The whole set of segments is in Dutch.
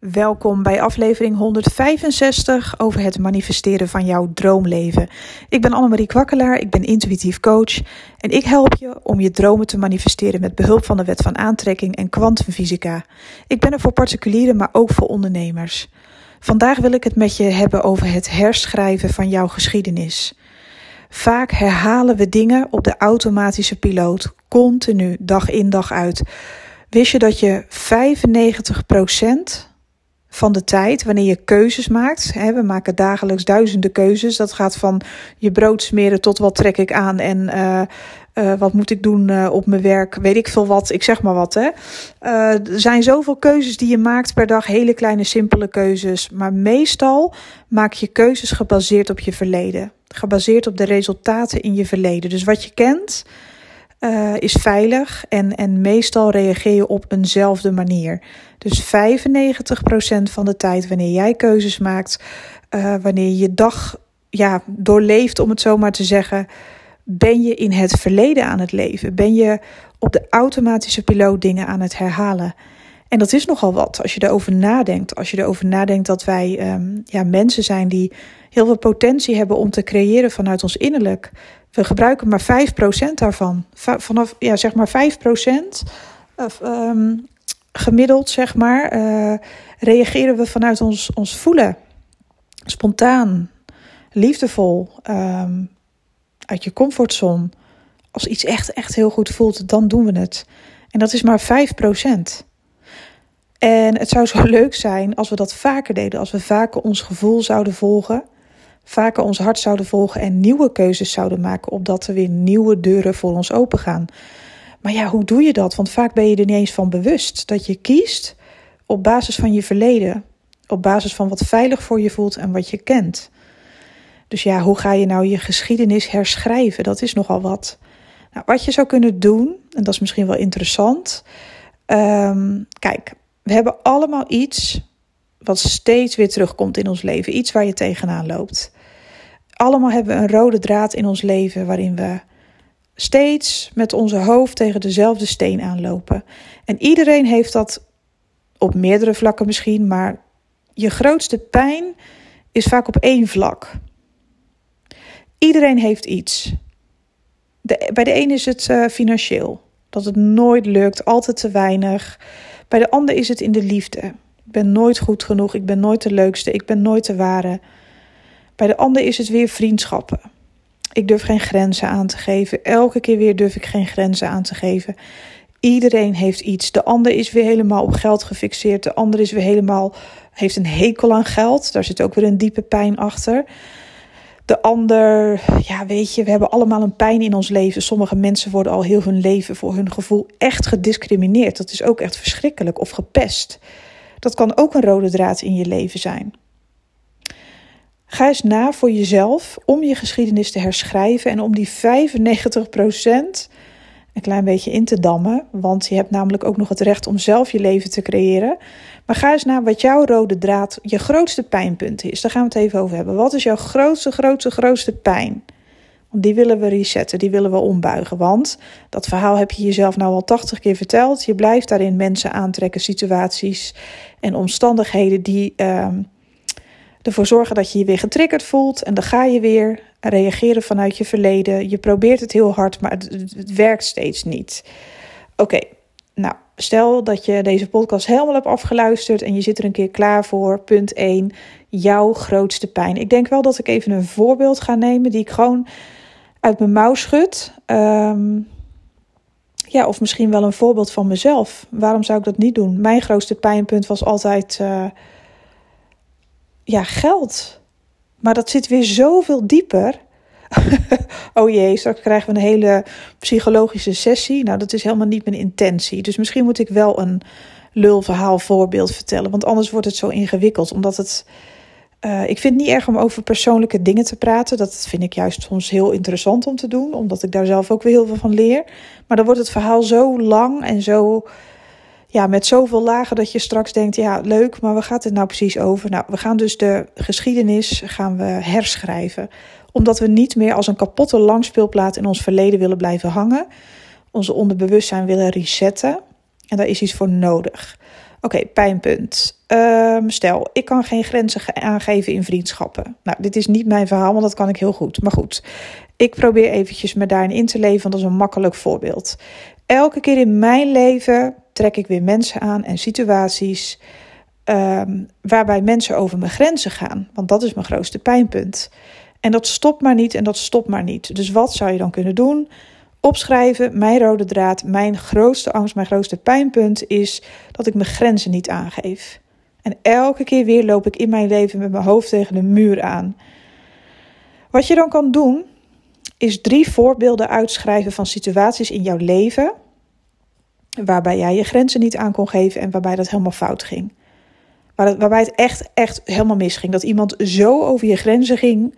Welkom bij aflevering 165 over het manifesteren van jouw droomleven. Ik ben Annemarie Kwakkelaar, ik ben intuïtief coach en ik help je om je dromen te manifesteren met behulp van de wet van aantrekking en kwantumfysica. Ik ben er voor particulieren, maar ook voor ondernemers. Vandaag wil ik het met je hebben over het herschrijven van jouw geschiedenis. Vaak herhalen we dingen op de automatische piloot, continu, dag in dag uit. Wist je dat je 95% van de tijd, wanneer je keuzes maakt, we maken dagelijks duizenden keuzes, dat gaat van je brood smeren tot wat trek ik aan en wat moet ik doen op mijn werk, weet ik veel wat, ik zeg maar wat. Er zijn zoveel keuzes die je maakt per dag, hele kleine simpele keuzes, maar meestal maak je keuzes gebaseerd op je verleden, gebaseerd op de resultaten in je verleden. Dus wat je kent is veilig en meestal reageer je op eenzelfde manier. Dus 95% van de tijd wanneer jij keuzes maakt, wanneer je je dag doorleeft, om het zo maar te zeggen, ben je in het verleden aan het leven. Ben je op de automatische piloot dingen aan het herhalen. En dat is nogal wat als je erover nadenkt. Als je erover nadenkt dat wij mensen zijn die heel veel potentie hebben om te creëren vanuit ons innerlijk. We gebruiken maar 5% daarvan. Vanaf, zeg maar 5%. Gemiddeld, reageren we vanuit ons voelen. Spontaan, liefdevol, uit je comfortzone. Als iets echt heel goed voelt, dan doen we het. En dat is maar 5%. En het zou zo leuk zijn als we dat vaker deden. Als we vaker ons gevoel zouden volgen. Vaker ons hart zouden volgen en nieuwe keuzes zouden maken. Opdat er weer nieuwe deuren voor ons open gaan. Maar hoe doe je dat? Want vaak ben je er niet eens van bewust. Dat je kiest op basis van je verleden. Op basis van wat veilig voor je voelt en wat je kent. Dus hoe ga je nou je geschiedenis herschrijven? Dat is nogal wat. Nou, wat je zou kunnen doen, en dat is misschien wel interessant. Kijk, we hebben allemaal iets wat steeds weer terugkomt in ons leven. Iets waar je tegenaan loopt. Allemaal hebben we een rode draad in ons leven waarin we steeds met onze hoofd tegen dezelfde steen aanlopen. En iedereen heeft dat op meerdere vlakken misschien, maar je grootste pijn is vaak op één vlak. Iedereen heeft iets. Bij de een is het financieel. Dat het nooit lukt, altijd te weinig. Bij de ander is het in de liefde. Ik ben nooit goed genoeg, ik ben nooit de leukste, ik ben nooit de ware. Bij de ander is het weer vriendschappen. Ik durf geen grenzen aan te geven. Elke keer weer durf ik geen grenzen aan te geven. Iedereen heeft iets. De ander is weer helemaal op geld gefixeerd. De ander is weer heeft een hekel aan geld. Daar zit ook weer een diepe pijn achter. De ander, we hebben allemaal een pijn in ons leven. Sommige mensen worden al heel hun leven voor hun gevoel echt gediscrimineerd. Dat is ook echt verschrikkelijk. Of gepest. Dat kan ook een rode draad in je leven zijn. Ga eens na voor jezelf om je geschiedenis te herschrijven en om die 95% een klein beetje in te dammen. Want je hebt namelijk ook nog het recht om zelf je leven te creëren. Maar ga eens na wat jouw rode draad, je grootste pijnpunt is. Daar gaan we het even over hebben. Wat is jouw grootste pijn? Want die willen we resetten, die willen we ombuigen. Want dat verhaal heb je jezelf nou al 80 keer verteld. Je blijft daarin mensen aantrekken, situaties en omstandigheden die ervoor zorgen dat je je weer getriggerd voelt. En dan ga je weer reageren vanuit je verleden. Je probeert het heel hard, maar het werkt steeds niet. Oké, nou, stel dat je deze podcast helemaal hebt afgeluisterd en je zit er een keer klaar voor. Punt 1, jouw grootste pijn. Ik denk wel dat ik even een voorbeeld ga nemen die ik gewoon uit mijn mouw schud. Of misschien wel een voorbeeld van mezelf. Waarom zou ik dat niet doen? Mijn grootste pijnpunt was altijd geld. Maar dat zit weer zoveel dieper. Oh jee, straks krijgen we een hele psychologische sessie. Nou, dat is helemaal niet mijn intentie. Dus misschien moet ik wel een lulverhaal voorbeeld vertellen. Want anders wordt het zo ingewikkeld. Omdat ik vind het niet erg om over persoonlijke dingen te praten. Dat vind ik juist soms heel interessant om te doen. Omdat ik daar zelf ook weer heel veel van leer. Maar dan wordt het verhaal zo lang en zo met zoveel lagen dat je straks denkt, leuk, maar waar gaat het nou precies over? Nou, we gaan dus de geschiedenis herschrijven. Omdat we niet meer als een kapotte langspeelplaat in ons verleden willen blijven hangen. Onze onderbewustzijn willen resetten. En daar is iets voor nodig. Oké, pijnpunt. Stel, ik kan geen grenzen aangeven in vriendschappen. Nou, dit is niet mijn verhaal, want dat kan ik heel goed. Maar goed, ik probeer eventjes me daarin in te leven, want dat is een makkelijk voorbeeld. Elke keer in mijn leven trek ik weer mensen aan en situaties waarbij mensen over mijn grenzen gaan. Want dat is mijn grootste pijnpunt. En dat stopt maar niet en dat stopt maar niet. Dus wat zou je dan kunnen doen? Opschrijven, mijn rode draad, mijn grootste angst, mijn grootste pijnpunt is dat ik mijn grenzen niet aangeef. En elke keer weer loop ik in mijn leven met mijn hoofd tegen de muur aan. Wat je dan kan doen, is 3 voorbeelden uitschrijven van situaties in jouw leven waarbij jij je grenzen niet aan kon geven en waarbij dat helemaal fout ging. Waarbij het echt helemaal misging. Dat iemand zo over je grenzen ging,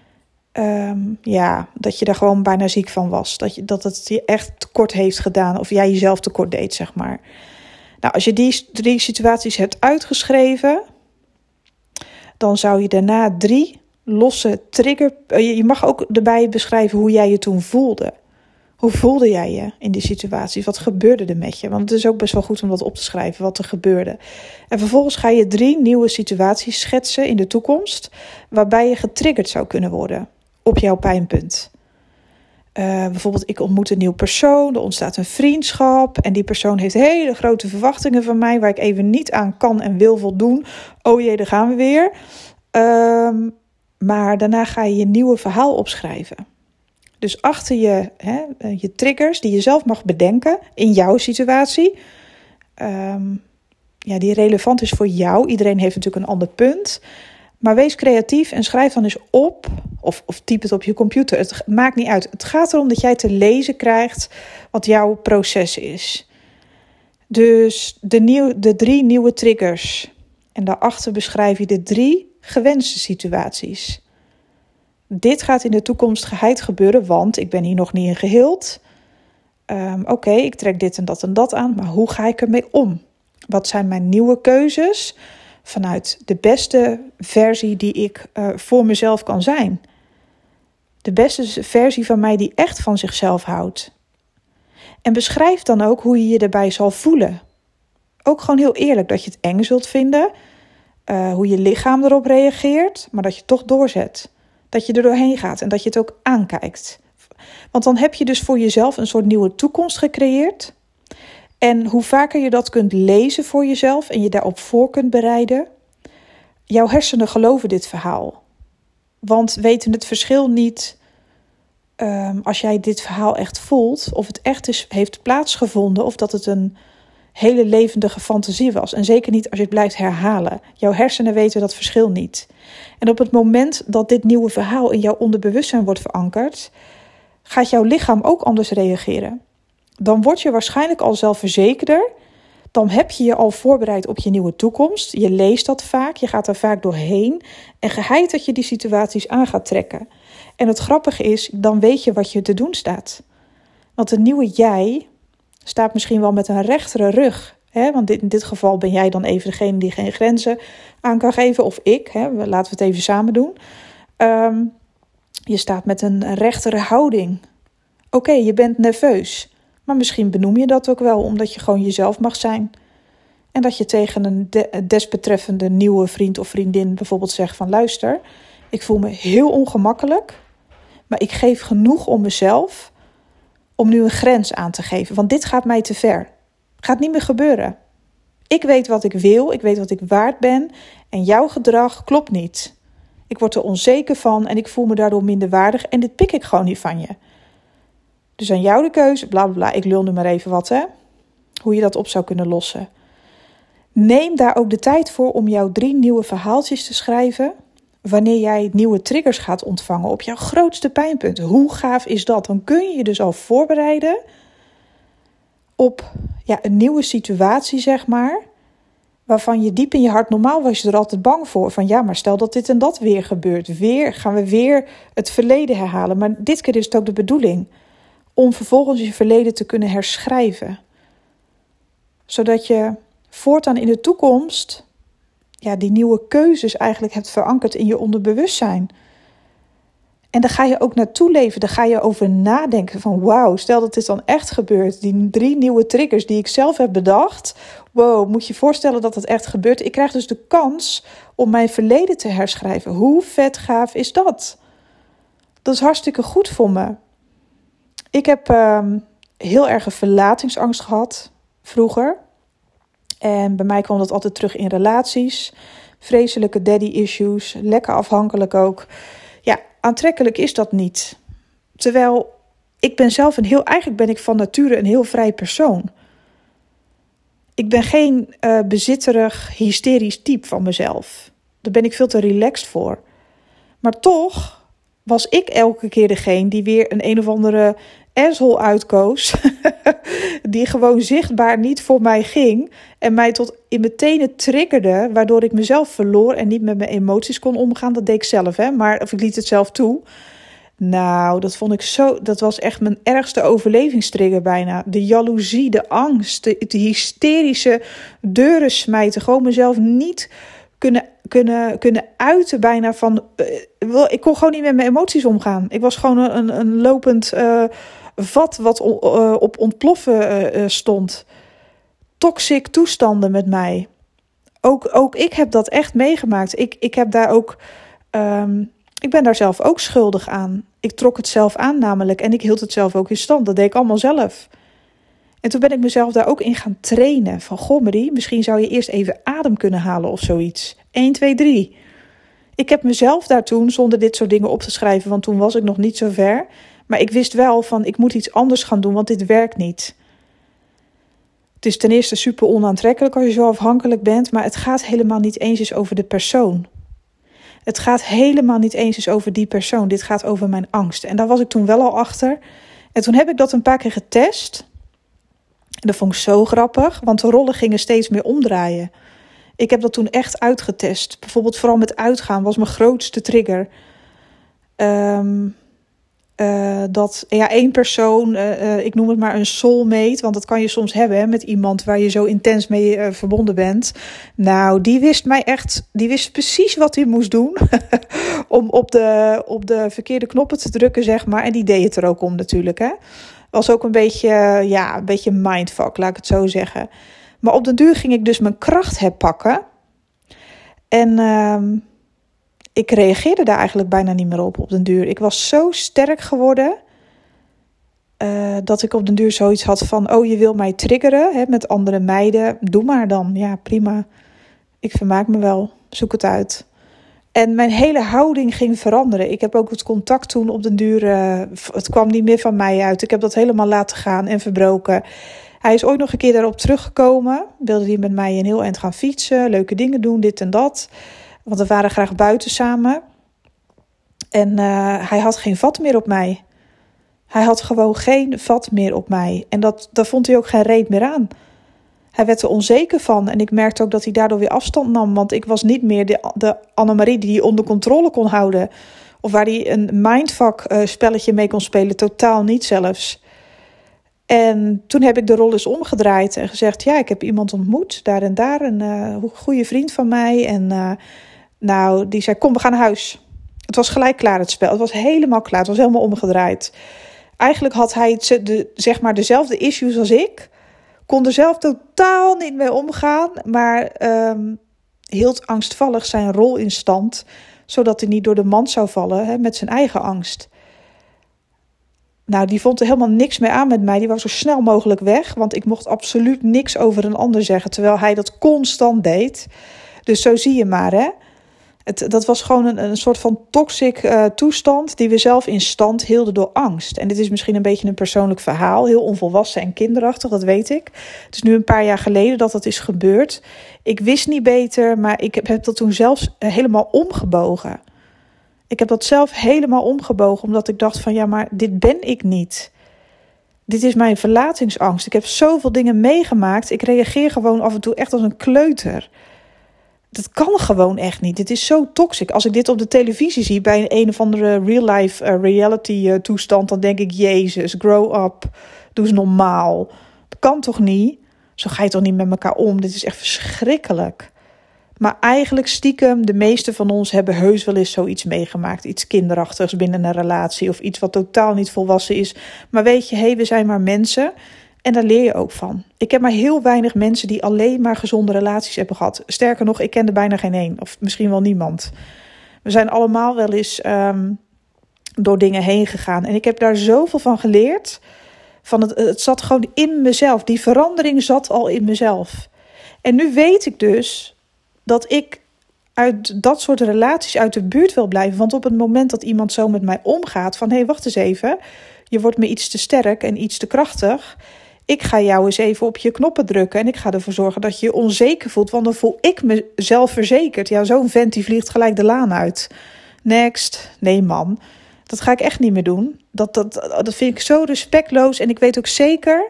dat je daar gewoon bijna ziek van was. Dat het je echt tekort heeft gedaan of jij jezelf tekort deed, zeg maar. Nou, als je die 3 situaties hebt uitgeschreven, dan zou je daarna 3 losse trigger. Je mag ook erbij beschrijven hoe jij je toen voelde. Hoe voelde jij je in die situaties? Wat gebeurde er met je? Want het is ook best wel goed om dat op te schrijven, wat er gebeurde. En vervolgens ga je 3 nieuwe situaties schetsen in de toekomst, waarbij je getriggerd zou kunnen worden op jouw pijnpunt. Bijvoorbeeld, ik ontmoet een nieuw persoon, er ontstaat een vriendschap en die persoon heeft hele grote verwachtingen van mij, waar ik even niet aan kan en wil voldoen. Oh jee, daar gaan we weer. Maar daarna ga je je nieuwe verhaal opschrijven. Dus achter je triggers die je zelf mag bedenken in jouw situatie, die relevant is voor jou. Iedereen heeft natuurlijk een ander punt. Maar wees creatief en schrijf dan eens op, of typ het op je computer. Het maakt niet uit. Het gaat erom dat jij te lezen krijgt wat jouw proces is. Dus de 3 nieuwe triggers. En daarachter beschrijf je de 3 gewenste situaties. Dit gaat in de toekomst geheid gebeuren, want ik ben hier nog niet in geheeld. Oké, ik trek dit en dat aan, maar hoe ga ik ermee om? Wat zijn mijn nieuwe keuzes vanuit de beste versie die ik voor mezelf kan zijn? De beste versie van mij die echt van zichzelf houdt. En beschrijf dan ook hoe je je daarbij zal voelen. Ook gewoon heel eerlijk dat je het eng zult vinden, hoe je lichaam erop reageert, maar dat je toch doorzet. Dat je er doorheen gaat en dat je het ook aankijkt. Want dan heb je dus voor jezelf een soort nieuwe toekomst gecreëerd. En hoe vaker je dat kunt lezen voor jezelf en je daarop voor kunt bereiden, jouw hersenen geloven dit verhaal. Want weten het verschil niet, als jij dit verhaal echt voelt, of het echt heeft plaatsgevonden of dat het een hele levendige fantasie was. En zeker niet als je het blijft herhalen. Jouw hersenen weten dat verschil niet. En op het moment dat dit nieuwe verhaal in jouw onderbewustzijn wordt verankerd, gaat jouw lichaam ook anders reageren. Dan word je waarschijnlijk al zelfverzekerder. Dan heb je je al voorbereid op je nieuwe toekomst. Je leest dat vaak, je gaat er vaak doorheen. En geheid dat je die situaties aan gaat trekken. En het grappige is, dan weet je wat je te doen staat. Want een nieuwe jij staat misschien wel met een rechtere rug. Want in dit geval ben jij dan even degene die geen grenzen aan kan geven. Of ik, laten we het even samen doen. Je staat met een rechtere houding. Oké, je bent nerveus. Maar misschien benoem je dat ook wel, omdat je gewoon jezelf mag zijn. En dat je tegen een desbetreffende nieuwe vriend of vriendin bijvoorbeeld zegt van, luister, ik voel me heel ongemakkelijk, maar ik geef genoeg om mezelf om nu een grens aan te geven. Want dit gaat mij te ver. Gaat niet meer gebeuren. Ik weet wat ik wil, ik weet wat ik waard ben en jouw gedrag klopt niet. Ik word er onzeker van en ik voel me daardoor minder waardig en dit pik ik gewoon niet van je. Dus aan jou de keuze, bla bla bla, ik lul nu maar even wat, hoe je dat op zou kunnen lossen. Neem daar ook de tijd voor om jouw 3 nieuwe verhaaltjes te schrijven, wanneer jij nieuwe triggers gaat ontvangen op jouw grootste pijnpunt. Hoe gaaf is dat? Dan kun je je dus al voorbereiden op een nieuwe situatie, zeg maar, waarvan je diep in je hart, normaal was je er altijd bang voor, van maar stel dat dit en dat weer gebeurt. Gaan we weer het verleden herhalen. Maar dit keer is het ook de bedoeling om vervolgens je verleden te kunnen herschrijven. Zodat je voortaan in de toekomst die nieuwe keuzes eigenlijk hebt verankerd in je onderbewustzijn. En daar ga je ook naartoe leven. Daar ga je over nadenken van wauw, stel dat dit dan echt gebeurt. Die 3 nieuwe triggers die ik zelf heb bedacht. Wow, moet je je voorstellen dat het echt gebeurt. Ik krijg dus de kans om mijn verleden te herschrijven. Hoe vet gaaf is dat? Dat is hartstikke goed voor me. Ik heb heel erg een verlatingsangst gehad vroeger. En bij mij kwam dat altijd terug in relaties. Vreselijke daddy issues. Lekker afhankelijk ook. Ja, aantrekkelijk is dat niet. Terwijl ik ben zelf eigenlijk ben ik van nature een heel vrij persoon. Ik ben geen bezitterig, hysterisch type van mezelf. Daar ben ik veel te relaxed voor. Maar toch was ik elke keer degene die weer een of andere asshole uitkoos. Die gewoon zichtbaar niet voor mij ging. En mij tot in mijn tenen triggerde. Waardoor ik mezelf verloor en niet met mijn emoties kon omgaan. Dat deed ik zelf, of ik liet het zelf toe. Nou, dat vond ik zo. Dat was echt mijn ergste overlevingstrigger bijna. De jaloezie, de angst, de hysterische deuren smijten. Gewoon mezelf niet kunnen uiten bijna van. Ik kon gewoon niet met mijn emoties omgaan. Ik was gewoon een lopend vat wat op ontploffen stond. Toxic toestanden met mij. Ook ik heb dat echt meegemaakt. Ik heb daar ook. Ik ben daar zelf ook schuldig aan. Ik trok het zelf aan namelijk. En ik hield het zelf ook in stand. Dat deed ik allemaal zelf. En toen ben ik mezelf daar ook in gaan trainen. Van, goh Marie, misschien zou je eerst even adem kunnen halen of zoiets. 1, 2, 3. Ik heb mezelf daar toen, zonder dit soort dingen op te schrijven, want toen was ik nog niet zo ver. Maar ik wist wel van, ik moet iets anders gaan doen, want dit werkt niet. Het is ten eerste super onaantrekkelijk als je zo afhankelijk bent. Maar het gaat helemaal niet eens over de persoon. Het gaat helemaal niet eens over die persoon. Dit gaat over mijn angst. En daar was ik toen wel al achter. En toen heb ik dat een paar keer getest. En dat vond ik zo grappig, want de rollen gingen steeds meer omdraaien. Ik heb dat toen echt uitgetest. Bijvoorbeeld vooral met uitgaan was mijn grootste trigger. Dat één persoon, ik noem het maar een soulmate, want dat kan je soms hebben met iemand waar je zo intens mee verbonden bent. Nou, die wist precies wat hij moest doen om op de verkeerde knoppen te drukken, zeg maar. En die deed het er ook om natuurlijk, hè. Was ook een beetje mindfuck, laat ik het zo zeggen. Maar op den duur ging ik dus mijn kracht herpakken. En ik reageerde daar eigenlijk bijna niet meer op den duur. Ik was zo sterk geworden dat ik op den duur zoiets had van, oh, je wil mij triggeren met andere meiden. Doe maar dan. Ja, prima. Ik vermaak me wel. Zoek het uit. En mijn hele houding ging veranderen. Ik heb ook het contact toen op den duur, het kwam niet meer van mij uit. Ik heb dat helemaal laten gaan en verbroken. Hij is ooit nog een keer daarop teruggekomen. Wilde hij met mij een heel eind gaan fietsen, leuke dingen doen, dit en dat. Want we waren graag buiten samen. En hij had geen vat meer op mij. Hij had gewoon geen vat meer op mij. En daar vond hij ook geen reet meer aan. Hij werd er onzeker van. En ik merkte ook dat hij daardoor weer afstand nam. Want ik was niet meer de Annemarie die hij onder controle kon houden. Of waar hij een mindfuck spelletje mee kon spelen. Totaal niet zelfs. En toen heb ik de rol eens omgedraaid en gezegd, ja, ik heb iemand ontmoet, daar en daar, een goede vriend van mij. En die zei, kom, we gaan naar huis. Het was gelijk klaar, het spel. Het was helemaal klaar, het was helemaal omgedraaid. Eigenlijk had hij dezelfde issues als ik. Kon er zelf totaal niet mee omgaan, maar hield angstvallig zijn rol in stand, zodat hij niet door de mand zou vallen met zijn eigen angst. Nou, die vond er helemaal niks meer aan met mij. Die wou zo snel mogelijk weg, want ik mocht absoluut niks over een ander zeggen, terwijl hij dat constant deed. Dus zo zie je maar, hè. Dat was gewoon een soort van toxic toestand die we zelf in stand hielden door angst. En dit is misschien een beetje een persoonlijk verhaal, heel onvolwassen en kinderachtig, dat weet ik. Het is nu een paar jaar geleden dat dat is gebeurd. Ik wist niet beter, maar ik heb dat toen zelfs helemaal omgebogen. Ik heb dat zelf helemaal omgebogen, omdat ik dacht van, ja, maar dit ben ik niet. Dit is mijn verlatingsangst. Ik heb zoveel dingen meegemaakt. Ik reageer gewoon af en toe echt als een kleuter. Dat kan gewoon echt niet. Dit is zo toxic. Als ik dit op de televisie zie bij een of andere real-life reality toestand, dan denk ik, Jezus, grow up. Doe eens normaal. Dat kan toch niet? Zo ga je toch niet met elkaar om? Dit is echt verschrikkelijk. Maar eigenlijk stiekem, de meeste van ons hebben heus wel eens zoiets meegemaakt. Iets kinderachtigs binnen een relatie of iets wat totaal niet volwassen is. Maar weet je, we zijn maar mensen en daar leer je ook van. Ik heb maar heel weinig mensen die alleen maar gezonde relaties hebben gehad. Sterker nog, ik ken er bijna geen één of misschien wel niemand. We zijn allemaal wel eens door dingen heen gegaan. En ik heb daar zoveel van geleerd. Het zat gewoon in mezelf. Die verandering zat al in mezelf. En nu weet ik dus dat ik uit dat soort relaties uit de buurt wil blijven. Want op het moment dat iemand zo met mij omgaat van hé, wacht eens even. Je wordt me iets te sterk en iets te krachtig. Ik ga jou eens even op je knoppen drukken. En ik ga ervoor zorgen dat je je onzeker voelt. Want dan voel ik me zelfverzekerd. Ja, zo'n vent die vliegt gelijk de laan uit. Next. Nee man, dat ga ik echt niet meer doen. Dat vind ik zo respectloos. En ik weet ook zeker...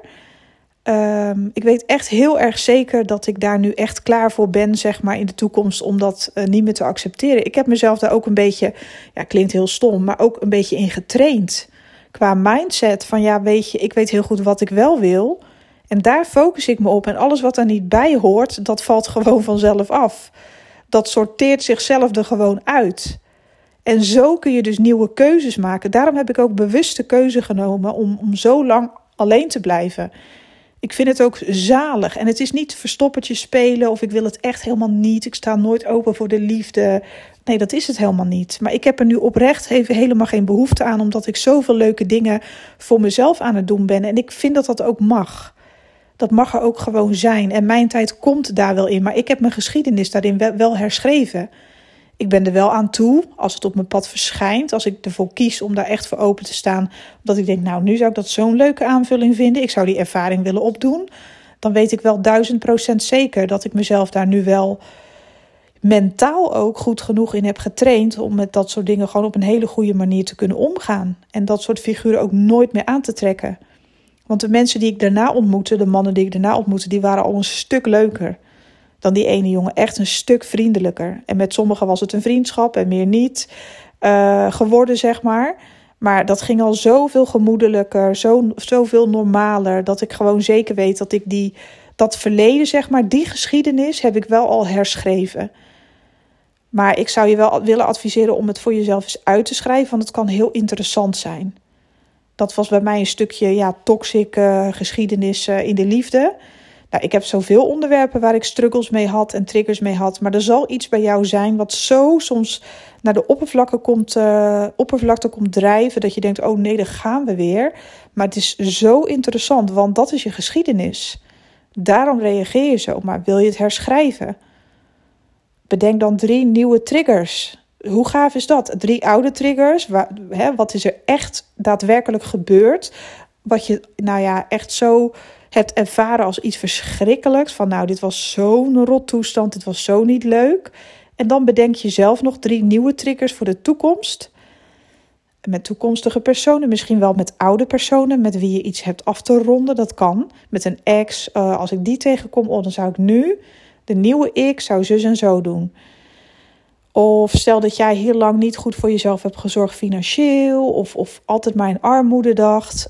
ik weet echt heel erg zeker dat ik daar nu echt klaar voor ben, zeg maar, in de toekomst om dat niet meer te accepteren. Ik heb mezelf daar ook een beetje, ja, klinkt heel stom, maar ook een beetje in getraind. Qua mindset van, ja, weet je, ik weet heel goed wat ik wel wil. En daar focus ik me op. En alles wat er niet bij hoort, dat valt gewoon vanzelf af. Dat sorteert zichzelf er gewoon uit. En zo kun je dus nieuwe keuzes maken. Daarom heb ik ook bewust de keuze genomen om zo lang alleen te blijven. Ik vind het ook zalig. En het is niet verstoppertje spelen of ik wil het echt helemaal niet. Ik sta nooit open voor de liefde. Nee, dat is het helemaal niet. Maar ik heb er nu oprecht even helemaal geen behoefte aan, omdat ik zoveel leuke dingen voor mezelf aan het doen ben. En ik vind dat dat ook mag. Dat mag er ook gewoon zijn. En mijn tijd komt daar wel in. Maar ik heb mijn geschiedenis daarin wel herschreven. Ik ben er wel aan toe, als het op mijn pad verschijnt, als ik ervoor kies om daar echt voor open te staan, omdat ik denk, nou, nu zou ik dat zo'n leuke aanvulling vinden, ik zou die ervaring willen opdoen, dan weet ik wel 1000% zeker dat ik mezelf daar nu wel mentaal ook goed genoeg in heb getraind om met dat soort dingen gewoon op een hele goede manier te kunnen omgaan. En dat soort figuren ook nooit meer aan te trekken. Want de mensen die ik daarna ontmoette, de mannen die ik daarna ontmoette, die waren al een stuk leuker dan die ene jongen, echt een stuk vriendelijker. En met sommigen was het een vriendschap en meer niet geworden, zeg maar. Maar dat ging al zoveel gemoedelijker, zoveel normaler, dat ik gewoon zeker weet dat ik dat verleden, zeg maar, die geschiedenis heb ik wel al herschreven. Maar ik zou je wel willen adviseren om het voor jezelf eens uit te schrijven, want het kan heel interessant zijn. Dat was bij mij een stukje toxic geschiedenis in de liefde. Nou, ik heb zoveel onderwerpen waar ik struggles mee had en triggers mee had. Maar er zal iets bij jou zijn wat zo soms naar de oppervlakte komt drijven, dat je denkt, oh nee, daar gaan we weer. Maar het is zo interessant, want dat is je geschiedenis. Daarom reageer je zo. Maar wil je het herschrijven? Bedenk dan 3 nieuwe triggers. Hoe gaaf is dat? 3 oude triggers. Wat is er echt daadwerkelijk gebeurd? Wat je echt zo hebt ervaren als iets verschrikkelijks. Van dit was zo'n rottoestand. Dit was zo niet leuk. En dan bedenk je zelf nog 3 nieuwe triggers voor de toekomst. Met toekomstige personen. Misschien wel met oude personen. Met wie je iets hebt af te ronden. Dat kan. Met een ex. Als ik die tegenkom. Dan zou ik nu. De nieuwe ik zou zus en zo doen. Of stel dat jij heel lang niet goed voor jezelf hebt gezorgd financieel. Of altijd maar in armoede dacht.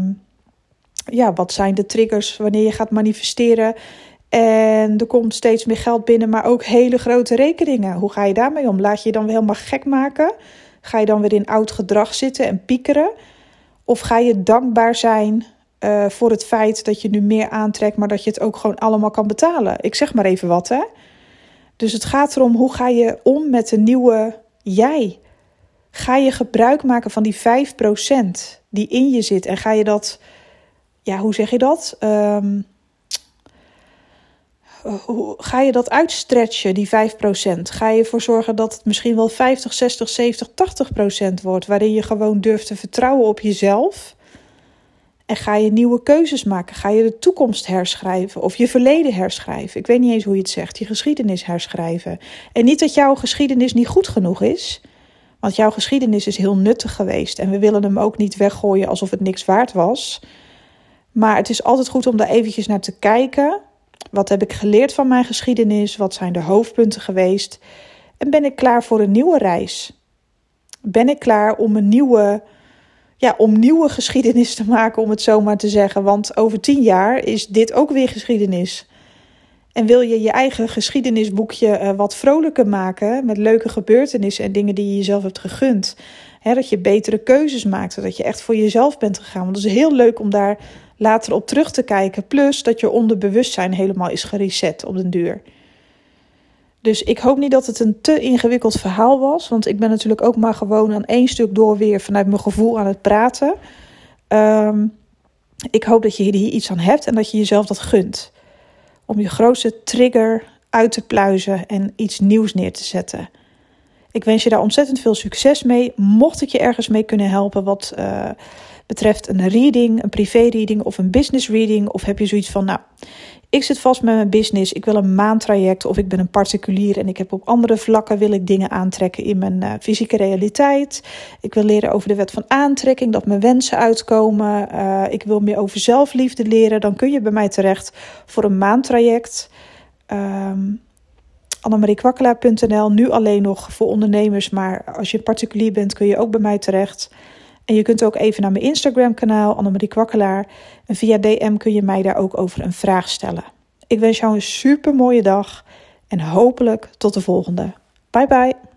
Wat zijn de triggers wanneer je gaat manifesteren? En er komt steeds meer geld binnen, maar ook hele grote rekeningen. Hoe ga je daarmee om? Laat je je dan weer helemaal gek maken? Ga je dan weer in oud gedrag zitten en piekeren? Of ga je dankbaar zijn voor het feit dat je nu meer aantrekt, maar dat je het ook gewoon allemaal kan betalen? Ik zeg maar even wat, hè? Dus het gaat erom, hoe ga je om met de nieuwe jij? Ga je gebruik maken van die 5% die in je zit? En ga je dat, hoe zeg je dat? Ga je dat uitstretchen, die 5%? Ga je ervoor zorgen dat het misschien wel 50, 60, 70, 80% wordt, waarin je gewoon durft te vertrouwen op jezelf? En ga je nieuwe keuzes maken? Ga je de toekomst herschrijven of je verleden herschrijven? Ik weet niet eens hoe je het zegt. Je geschiedenis herschrijven. En niet dat jouw geschiedenis niet goed genoeg is. Want jouw geschiedenis is heel nuttig geweest. En we willen hem ook niet weggooien alsof het niks waard was. Maar het is altijd goed om daar eventjes naar te kijken. Wat heb ik geleerd van mijn geschiedenis? Wat zijn de hoofdpunten geweest? En ben ik klaar voor een nieuwe reis? Ben ik klaar om een nieuwe geschiedenis te maken, om het zo maar te zeggen. Want over 10 jaar is dit ook weer geschiedenis. En wil je je eigen geschiedenisboekje wat vrolijker maken met leuke gebeurtenissen en dingen die je jezelf hebt gegund. Dat je betere keuzes maakt, dat je echt voor jezelf bent gegaan. Want het is heel leuk om daar later op terug te kijken. Plus dat je onderbewustzijn helemaal is gereset op den duur. Dus ik hoop niet dat het een te ingewikkeld verhaal was. Want ik ben natuurlijk ook maar gewoon aan één stuk door weer vanuit mijn gevoel aan het praten. Ik hoop dat je hier iets aan hebt en dat je jezelf dat gunt. Om je grootste trigger uit te pluizen en iets nieuws neer te zetten. Ik wens je daar ontzettend veel succes mee. Mocht ik je ergens mee kunnen helpen wat betreft een reading, een privé reading of een business reading. Of heb je zoiets van, ik zit vast met mijn business, ik wil een maandtraject of ik ben een particulier en ik heb op andere vlakken wil ik dingen aantrekken in mijn fysieke realiteit. Ik wil leren over de wet van aantrekking, dat mijn wensen uitkomen. Ik wil meer over zelfliefde leren. Dan kun je bij mij terecht voor een maandtraject. AnnemarieKwakkelaar.nl, nu alleen nog voor ondernemers, maar als je particulier bent kun je ook bij mij terecht. En je kunt ook even naar mijn Instagram kanaal, Annemarie Kwakkelaar. En via DM kun je mij daar ook over een vraag stellen. Ik wens jou een super mooie dag en hopelijk tot de volgende. Bye bye.